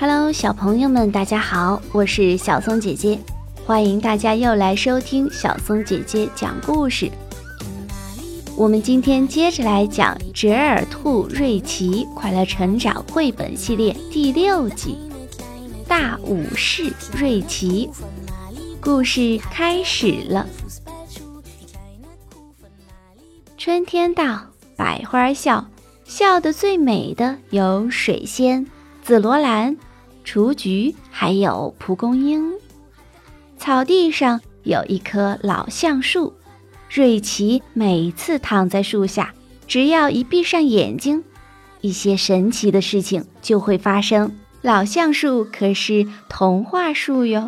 Hello， 小朋友们，大家好，我是小松姐姐，欢迎大家又来收听小松姐姐讲故事。我们今天接着来讲《折耳兔瑞奇快乐成长》绘本系列第6集《大武士瑞奇》。故事开始了。春天到，百花笑，笑得最美的有水仙、紫罗兰、雏菊，还有蒲公英。草地上有一棵老橡树，瑞奇每次躺在树下，只要一闭上眼睛，一些神奇的事情就会发生。老橡树可是童话树哟。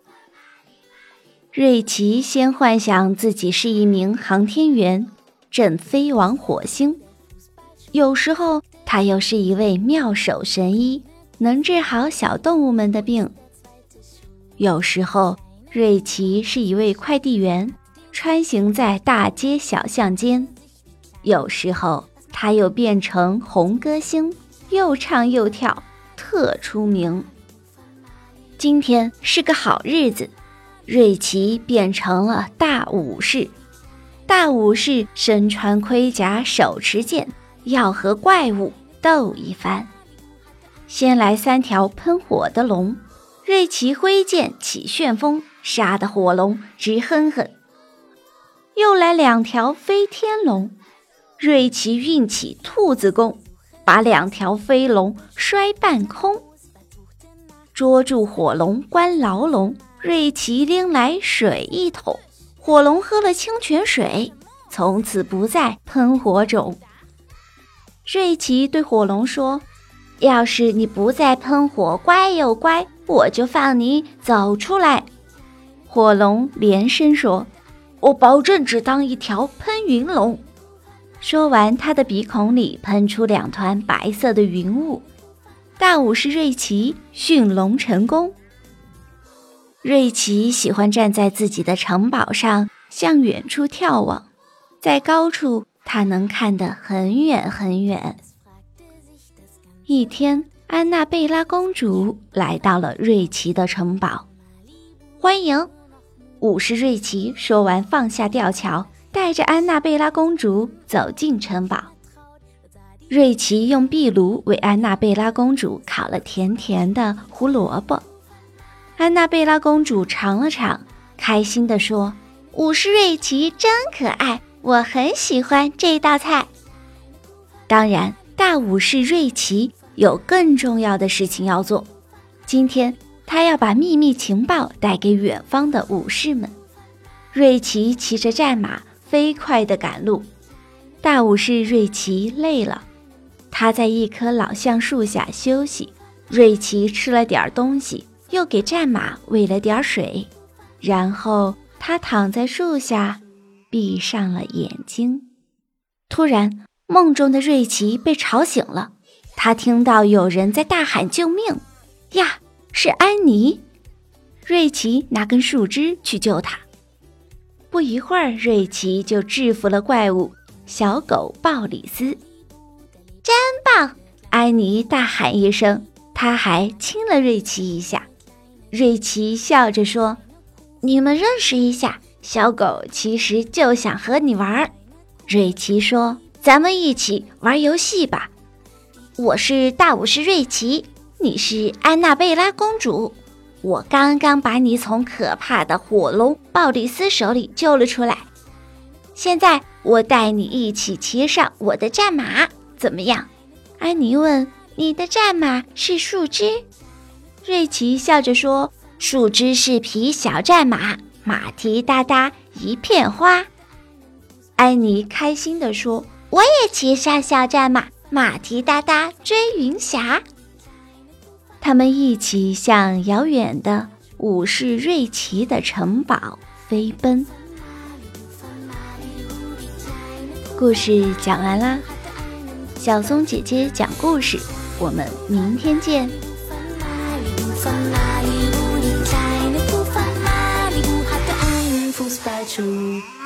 瑞奇先幻想自己是一名航天员，正飞往火星。有时候他又是一位妙手神医，能治好小动物们的病。有时候瑞奇是一位快递员，穿行在大街小巷间。有时候他又变成红歌星，又唱又跳，特出名。今天是个好日子，瑞奇变成了大武士。大武士身穿盔甲，手持剑，要和怪物斗一番。先来3条喷火的龙，瑞奇挥剑起旋风，杀得火龙直哼哼。又来2条飞天龙，瑞奇运起兔子功，把2条飞龙摔半空。捉住火龙关牢笼，瑞奇拎来水1桶，火龙喝了清泉水，从此不再喷火种。瑞奇对火龙说，要是你不再喷火，乖又乖，我就放你走出来。火龙连声说，我保证只当一条喷云龙。说完，他的鼻孔里喷出2团白色的云雾。大武士瑞奇驯龙成功。瑞奇喜欢站在自己的城堡上，向远处眺望。在高处，他能看得很远很远。一天，安娜贝拉公主来到了瑞奇的城堡。欢迎！武士瑞奇说完，放下吊桥，带着安娜贝拉公主走进城堡。瑞奇用壁炉为安娜贝拉公主烤了甜甜的胡萝卜。安娜贝拉公主尝了尝，开心地说，武士瑞奇真可爱，我很喜欢这道菜。当然，大武士瑞奇有更重要的事情要做。今天他要把秘密情报带给远方的武士们。瑞奇骑着战马飞快地赶路。大武士瑞奇累了，他在一棵老橡树下休息。瑞奇吃了点东西，又给战马喂了点水，然后他躺在树下，闭上了眼睛。突然，梦中的瑞奇被吵醒了，他听到有人在大喊救命呀，是安妮。瑞奇拿根树枝去救她。不一会儿，瑞奇就制服了怪物小狗鲍里斯。真棒！安妮大喊一声，她还亲了瑞奇一下。瑞奇笑着说，你们认识一下，小狗其实就想和你玩。瑞奇说，咱们一起玩游戏吧。我是大武士瑞奇，你是安娜贝拉公主。我刚刚把你从可怕的火龙鲍里斯手里救了出来。现在我带你一起骑上我的战马，怎么样？安妮问，你的战马是树枝？瑞奇笑着说，树枝是匹小战马，马蹄哒哒一片花。安妮开心地说，我也骑上小战马，马蹄哒哒追云霞。他们一起向遥远的武士瑞奇的城堡飞奔。故事讲完啦，小松姐姐讲故事，我们明天见。 出